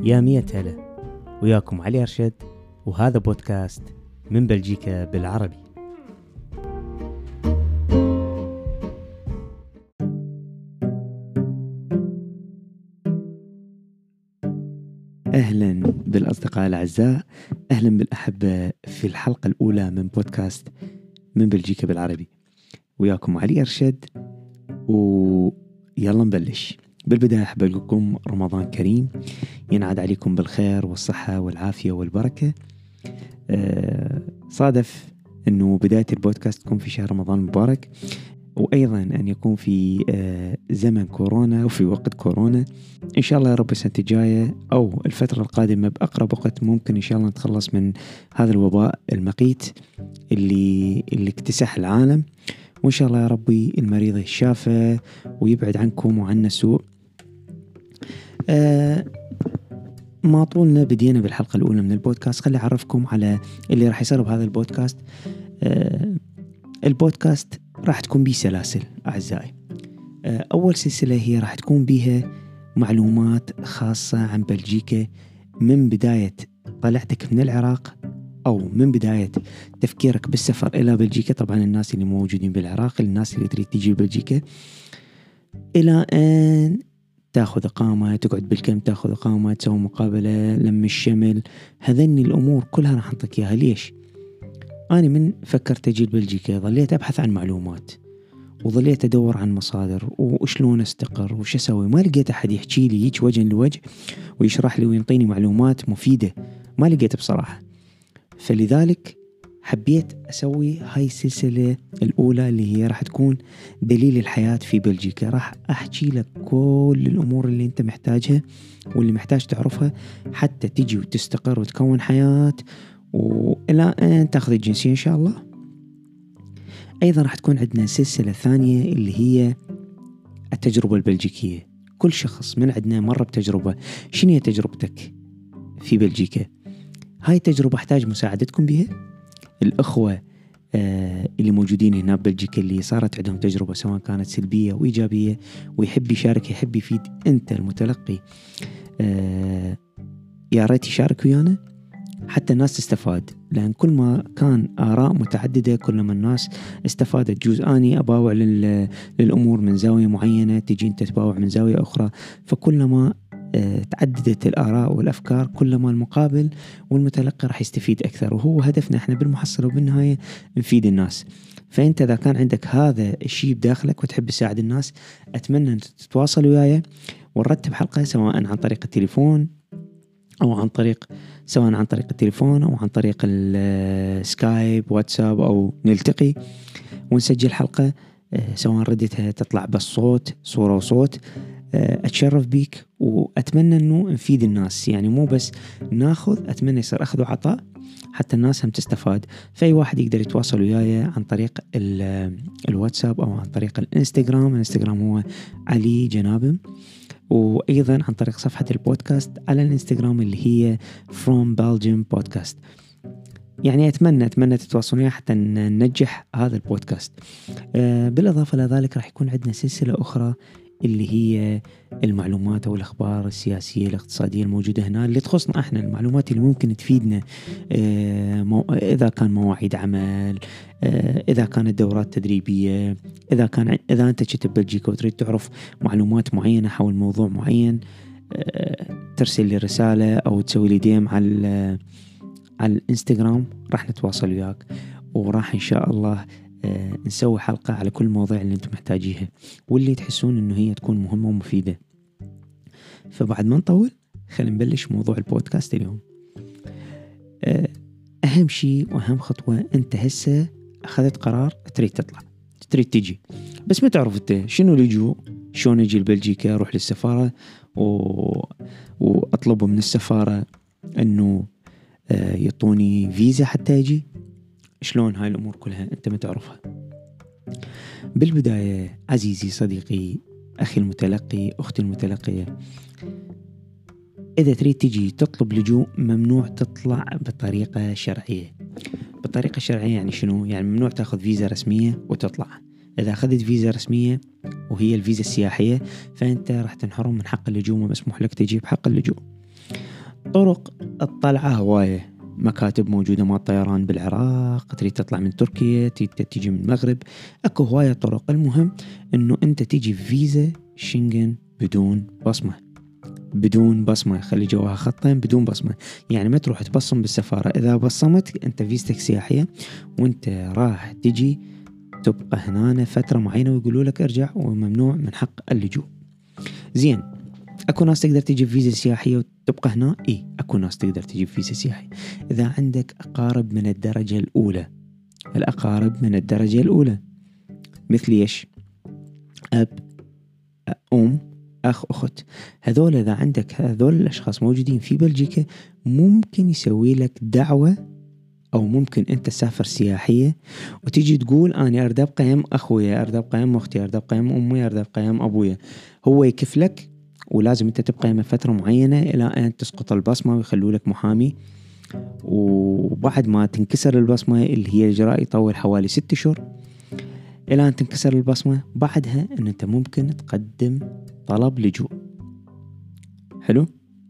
يا مية هلا، وياكم علي أرشد، وهذا بودكاست من بلجيكا بالعربي. أهلا بالأصدقاء الأعزاء، أهلا بالأحبة في الحلقة الأولى من بودكاست من بلجيكا بالعربي. وياكم علي أرشد، ويلا نبلش. بالبداية أحب أقول لكم رمضان كريم، ينعاد عليكم بالخير والصحة والعافية والبركة. صادف أنه بداية البودكاست تكون في شهر رمضان المبارك، وأيضا أن يكون في زمن كورونا وفي وقت كورونا. إن شاء الله يا رب السنة الجاية أو الفترة القادمة بأقرب وقت ممكن إن شاء الله نتخلص من هذا الوباء المقيت اللي اكتسح العالم، وإن شاء الله يا ربي المريض يشافى ويبعد عنكم وعنا السوء. ما طولنا بدينا بالحلقة الأولى من البودكاست، خلي أعرفكم على اللي راح يصير بهذا البودكاست. البودكاست راح تكون بيه سلاسل أعزائي. أول سلسلة هي راح تكون بيها معلومات خاصة عن بلجيكا، من بداية طلعتك من العراق أو من بداية تفكيرك بالسفر إلى بلجيكا. طبعا الناس اللي موجودين بالعراق، الناس اللي تريد تجي بلجيكا، إلى أن تأخذ إقامة، تقعد بالكم، تأخذ إقامة، تسوي مقابلة، لم الشمل، هذني الأمور كلها راح أعطيك إياها. ليش؟ أنا من فكرت أجي بلجيكا ظليت أبحث عن معلومات، وظليت أدور عن مصادر وشلون أستقر وش أسوي. ما لقيت أحد يحكي لي يجي وجه لوجه ويشرح لي وينطيني معلومات مفيدة، ما لقيت بصراحة. فلذلك حبيت أسوي هاي السلسلة الأولى اللي هي راح تكون دليل الحياة في بلجيكا. راح أحكي لك كل الأمور اللي أنت محتاجها واللي محتاج تعرفها حتى تجي وتستقر وتكون حياة، وإلى أن تأخذ الجنسية إن شاء الله. أيضا راح تكون عندنا سلسلة ثانية اللي هي التجربة البلجيكية. كل شخص من عندنا مر بتجربة. شنو هي تجربتك في بلجيكا؟ هاي التجربة احتاج مساعدتكم بها. الأخوة اللي موجودين هنا ببلجيكا اللي صارت عندهم تجربة سواء كانت سلبية أو إيجابية ويحب يشارك، يحب يفيد، أنت المتلقي يا ريت يشارك ويانا حتى الناس تستفاد. لأن كل ما كان آراء متعددة كل ما الناس استفادت. جزء أني أباوع للأمور من زاوية معينة، تجي أنت تباوع من زاوية أخرى، فكلما تعددت الآراء والأفكار كلما المقابل والمتلقي راح يستفيد أكثر. وهو هدفنا إحنا بالمحصلة وبالنهاية نفيد الناس. فأنت إذا كان عندك هذا الشيء بداخلك وتحب تساعد الناس، أتمنى أن تتواصل وياي ونرتب حلقة سواء عن طريق التليفون أو عن طريق التليفون أو عن طريق السكايب، واتساب، أو نلتقي ونسجل حلقة سواء ردتها تطلع بالصوت، صورة وصوت. أتشرف بيك وأتمنى أنه نفيد الناس، يعني مو بس ناخذ، أتمنى يصير أخذ وعطاء حتى الناس هم تستفاد. فأي واحد يقدر يتواصل وياي عن طريق الواتساب أو عن طريق الانستغرام هو علي جنابم، وأيضا عن طريق صفحة البودكاست على الانستغرام اللي هي From Belgium Podcast. يعني أتمنى تتواصلون وياي حتى ننجح هذا البودكاست. بالإضافة لذلك راح يكون عندنا سلسلة أخرى اللي هي المعلومات أو الأخبار السياسية الاقتصادية الموجودة هنا اللي تخصنا احنا، المعلومات اللي ممكن تفيدنا، إذا كان مواعيد عمل، إذا كانت دورات تدريبية، إذا أنت كنت ببلجيكا وتريد تعرف معلومات معينة حول موضوع معين، ترسل لي رسالة أو تسوي لي ديم على الانستغرام، راح نتواصل وياك وراح إن شاء الله نسوي حلقة على كل المواضيع اللي انتم محتاجيها واللي تحسون انه هي تكون مهمة ومفيدة. فبعد ما نطول خلينا نبلش موضوع البودكاست اليوم. اهم شيء واهم خطوة، انت هسه اخذت قرار تريد تطلع، تريد تجي، بس ما تعرف انت شنو اللجوء، شلون اجي لبلجيكا، اروح للسفارة واطلب من السفارة انه يعطوني فيزا حتى اجي. شلون هاي الأمور كلها أنت ما تعرفها. بالبداية عزيزي صديقي أخي المتلقي، أختي المتلقية، إذا تريد تجي تطلب لجوء ممنوع تطلع بطريقة شرعية. بطريقة شرعية يعني شنو؟ يعني ممنوع تأخذ فيزا رسمية وتطلع. إذا أخذت فيزا رسمية وهي الفيزا السياحية فأنت راح تنحرم من حق اللجوء، ومسموح لك تجيب حق اللجوء. طرق الطلعة هواية، مكاتب موجودة مع الطيران بالعراق، تريد تطلع من تركيا، تريد تيجي من المغرب، اكو هواية طرق. المهم انه انت تيجي فيزا شنغن بدون بصمة، بدون بصمة، خلي جواها خطين بدون بصمة. يعني ما تروح تبصم بالسفارة، إذا بصمت أنت فيزتك سياحية وأنت راح تجي تبقى هنا فترة معينة ويقولوا لك ارجع وممنوع من حق اللجوء. زين، أكو ناس تقدر تجي فيزا سياحية وتبقى هنا؟ إيه، أكو ناس تقدر تجي فيزا سياحية. إذا عندك أقارب من الدرجة الأولى، الأقارب من الدرجة الأولى مثل إيش؟ أب، أم، أخ، أخت، هذول إذا عندك هذول الأشخاص موجودين في بلجيكا ممكن يسوي لك دعوة، أو ممكن أنت تسافر سياحية وتيجي تقول أنا أريد أبقى يم أخويا، أريد أبقى يم أختي، أريد أبقى يم أمي، أريد أبقى يم أبويا. هو يكفلك، ولازم أنت تبقى يم فترة معينة إلى أن تسقط البصمة ويخلوا لك محامي. وبعد ما تنكسر البصمة اللي هي الإجراء يطول حوالي 6 أشهر إلى أن تنكسر البصمة. بعدها أن أنت ممكن تقدم طلب لجوء. حلو.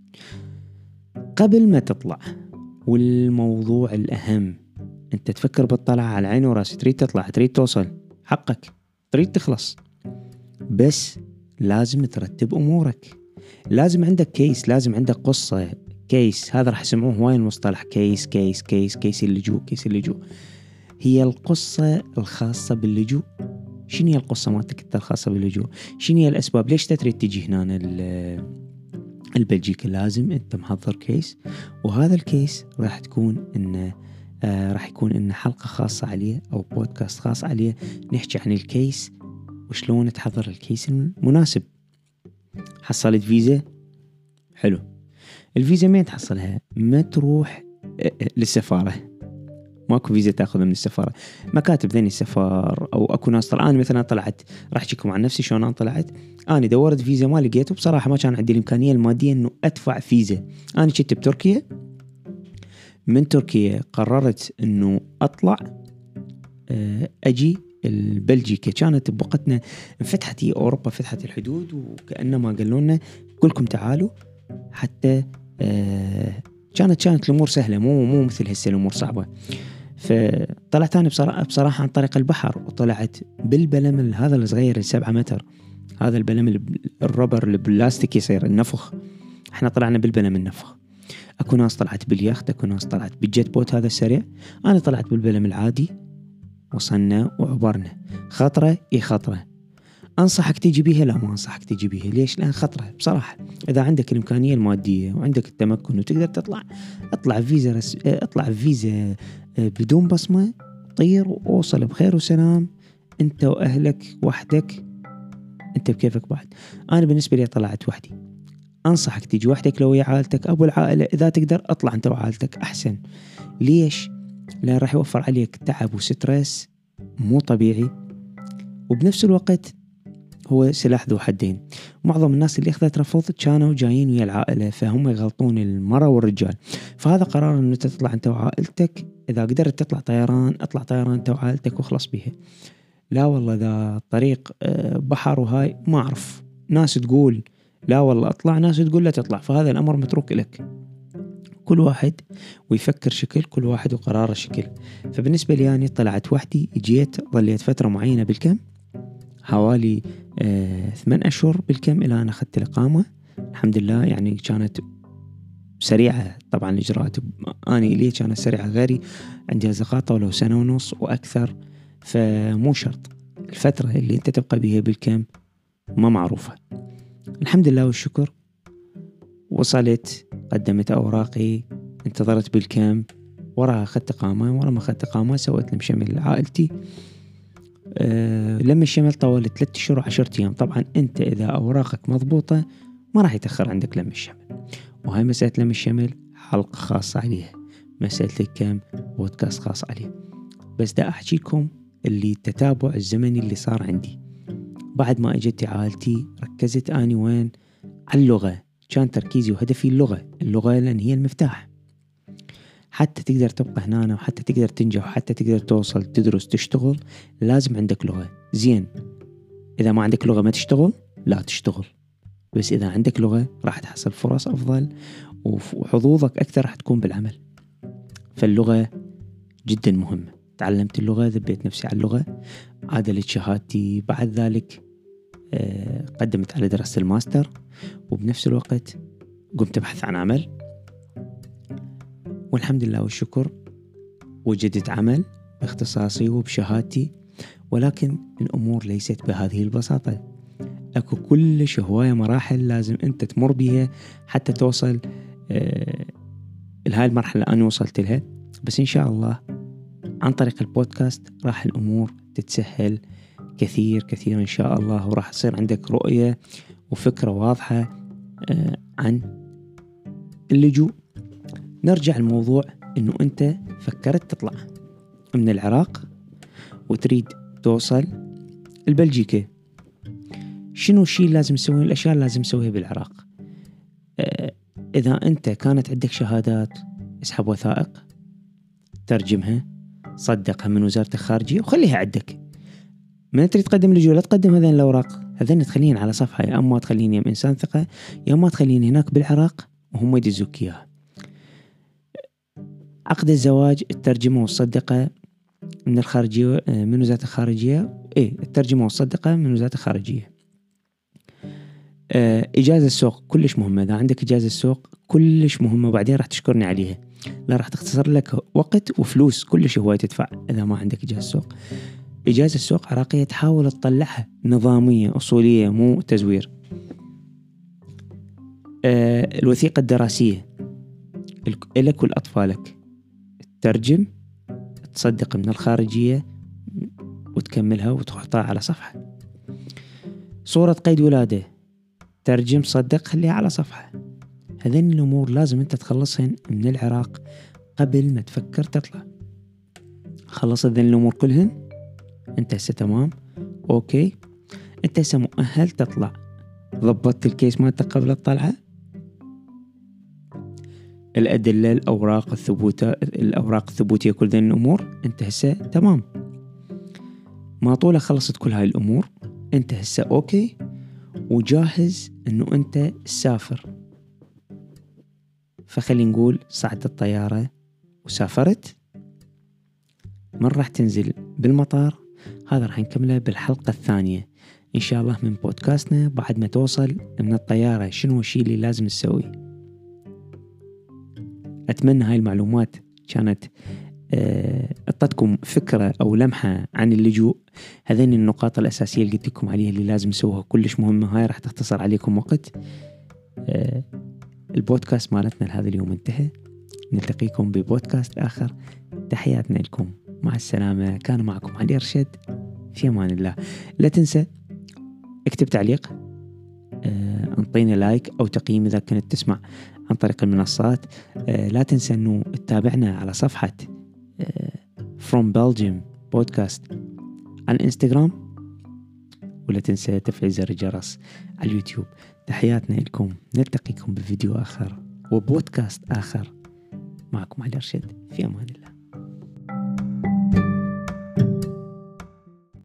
قبل ما تطلع، والموضوع الأهم، أنت تفكر بالطلعة على عين وراسي، تريد تطلع، تريد توصل، حقك، تريد تخلص، بس لازم ترتب أمورك. لازم عندك كيس، لازم عندك قصة. كيس هذا راح يسمعوه هواي المصطلح كيس كيس كيس كيس اللجوء، كيس اللجوء هي القصة الخاصة باللجوء. شنو هي القصة مالتك انت الخاصة باللجوء؟ شنو هي الأسباب ليش تريد تجي هنا البلجيكا؟ لازم انت محضر كيس، وهذا الكيس راح تكون انه راح يكون إنه حلقة خاصة عليه أو بودكاست خاص عليه، نحكي عن الكيس وشلون تحضر الكيس المناسب. حصلت فيزا؟ حلو. الفيزا مين تحصلها؟ ما تروح للسفارة، ماكو فيزا تاخذها من السفارة. مكاتب ذني السفار، أو أكو ناس طلعان. مثلا طلعت، راح أحكيكم عن نفسي شلون أنا طلعت. أنا دورت فيزا ما لقيته بصراحة، ما كان عندي الإمكانية المادية إنه أدفع فيزا. أنا كنت بتركيا، من تركيا قررت إنه أطلع أجي البلجيكا. كانت بوقتنا انفتحت أوروبا، فتحت الحدود، وكأنما قالوا لنا كلكم تعالوا. حتى كانت الأمور سهلة، مو مثل هسه الأمور صعبة. فطلعت أنا بصراحة عن طريق البحر، وطلعت بالبلم هذا الصغير 7 متر، هذا البلم الربر البلاستيك يصير النفخ. احنا طلعنا بالبلم النفخ. اكو ناس طلعت باليخت، اكو ناس طلعت بالجيت بوت هذا السريع. انا طلعت بالبلم العادي، وصلنا وعبرنا. خطرة خطرة. انصحك تيجي بيها؟ لا، ما انصحك تيجي بيها. ليش؟ لان خطرة بصراحة. اذا عندك الامكانية المادية وعندك التمكن وتقدر تطلع، اطلع فيزا بدون بصمة، طير ووصل بخير وسلام، انت واهلك وحدك، انت بكيفك. بعد انا بالنسبة لي طلعت وحدي. انصحك تيجي وحدك لو يا عائلتك، ابو العائلة اذا تقدر اطلع انت وعائلتك احسن. ليش؟ لان راح يوفر عليك تعب وستريس مو طبيعي، وبنفس الوقت هو سلاح ذو حدين. معظم الناس اللي اخذت رفض كانوا جايين ويا العائلة، فهم يغلطون المرأة والرجال. فهذا قرار انه تطلع انت وعائلتك. اذا قدرت تطلع طيران، اطلع طيران انت وعائلتك وخلص بيها. لا والله ذا طريق بحر وهاي ما اعرف، ناس تقول لا والله اطلع، ناس تقول لا تطلع، فهذا الامر متروك لك. كل واحد ويفكر شكل، كل واحد وقراره شكل. فبالنسبة لي يعني طلعت وحدي، جيت ظليت فترة معينة بالكم، حوالي 8 أشهر بالكم إلى أن أخذت الإقامة. الحمد لله يعني كانت سريعة. طبعا الإجراءات أنا لي كانت سريعة، غيري عندي أصدقاء طولوا 1.5 سنة وأكثر. فمو شرط الفترة اللي أنت تبقى بيها بالكم ما معروفة. الحمد لله والشكر وصلت، قدمت أوراقي، انتظرت بالكم، وراها أخذت إقامة. ورا ما أخذت إقامة سويت لم شمل لعائلتي. لم الشمل طول 3 أشهر و10 أيام. طبعا أنت إذا أوراقك مضبوطة ما راح يتأخر عندك لم الشمل. وهاي مسألة لم الشمل حلقة خاصة عليها، مسألة الكم بودكاست خاص عليه. بس دا أحكيكم اللي التتابع الزمني اللي صار عندي بعد ما أجت عائلتي. ركزت أني وين؟ على اللغة. كان تركيزي وهدفي اللغة لأن هي المفتاح. حتى تقدر تبقى هنا، وحتى تقدر تنجح، وحتى تقدر توصل تدرس تشتغل، لازم عندك لغة. زين، إذا ما عندك لغة ما تشتغل؟ لا تشتغل. بس إذا عندك لغة راح تحصل فرص أفضل، وحظوظك أكثر راح تكون بالعمل. فاللغة جدا مهمة. تعلمت اللغة، ذبيت نفسي على اللغة، عادلت شهادتي، بعد ذلك قدمت على دراسة الماستر، وبنفس الوقت قمت أبحث عن عمل، والحمد لله والشكر وجدت عمل باختصاصي وبشهادتي. ولكن الأمور ليست بهذه البساطة، أكو كلش هواية مراحل لازم أنت تمر بها حتى توصل لهاي المرحلة أنا وصلت لها. بس إن شاء الله عن طريق البودكاست راح الأمور تتسهل كثير كثير إن شاء الله، وراح يصير عندك رؤية وفكرة واضحة عن اللجوء. نرجع الموضوع إنه أنت فكرت تطلع من العراق وتريد توصل لبلجيكا، شنو الشيء لازم تسويه؟ الأشياء لازم تسويها بالعراق. إذا أنت كانت عندك شهادات، اسحب وثائق، ترجمها، صدقها من وزارة الخارجية وخليها عندك. من تريد تقدم لجوء لا تقدم هذين الأوراق، هذين تخلين على صفحة، يا أما تخلين يم إنسان ثقة، يا أما تخلين هناك بالعراق وهم يدزوك إياها. عقد الزواج الترجمة والصدقة من الخارجية، من وزارة الخارجية، الترجمة والصدقة من وزارة الخارجية. إجازة السوق كلش مهمة، إذا عندك إجازة السوق كلش مهمة، وبعدين راح تشكرني عليها، لا راح تختصر لك وقت وفلوس كلش هواية تدفع إذا ما عندك إجازة السوق. إجازة السوق عراقية تحاول تطلعها نظامية أصولية مو تزوير. الوثيقة الدراسية لك ولأطفالك، ترجم، تصدق من الخارجية وتكملها وتحطها على صفحة. صورة قيد ولادة، ترجم، صدق، خليها على صفحة. هذين الأمور لازم أنت تخلصهن من العراق قبل ما تفكر تطلع. خلص هذين الأمور كلهن، أنت هسه تمام، أوكي، أنت هسه مؤهل تطلع. ضبطت الكيس مالتك قبل الطلعة، الأدلة، الأوراق الثبوتية، كل ذين الأمور أنت هسه تمام. ما طولة خلصت كل هاي الأمور، أنت هسه أوكي وجاهز أنه أنت تسافر. فخلي نقول صعدت الطيارة وسافرت، من راح تنزل بالمطار؟ هذا راح نكمله بالحلقة الثانية إن شاء الله من بودكاستنا. بعد ما توصل من الطيارة شنو الشيء اللي لازم تسويه. أتمنى هاي المعلومات كانت أعطتكم فكرة أو لمحة عن اللجوء. هذين النقاط الأساسية اللي قلت لكم عليها اللي لازم تسووها كلش مهمة، هاي راح تختصر عليكم وقت. البودكاست مالتنا لهذا اليوم انتهى، نلتقيكم ببودكاست آخر. تحياتنا لكم، مع السلامة. كان معكم علي رشد، في أمان الله. لا تنسى اكتب تعليق، انطينا لايك أو تقييم إذا كنت تسمع عن طريق المنصات. لا تنسى أنه تتابعنا على صفحة From Belgium Podcast على الانستغرام، ولا تنسى تفعيل زر الجرس على اليوتيوب. تحياتنا لكم، نلتقيكم بفيديو آخر وبودكاست آخر. معكم علي رشد، في أمان الله.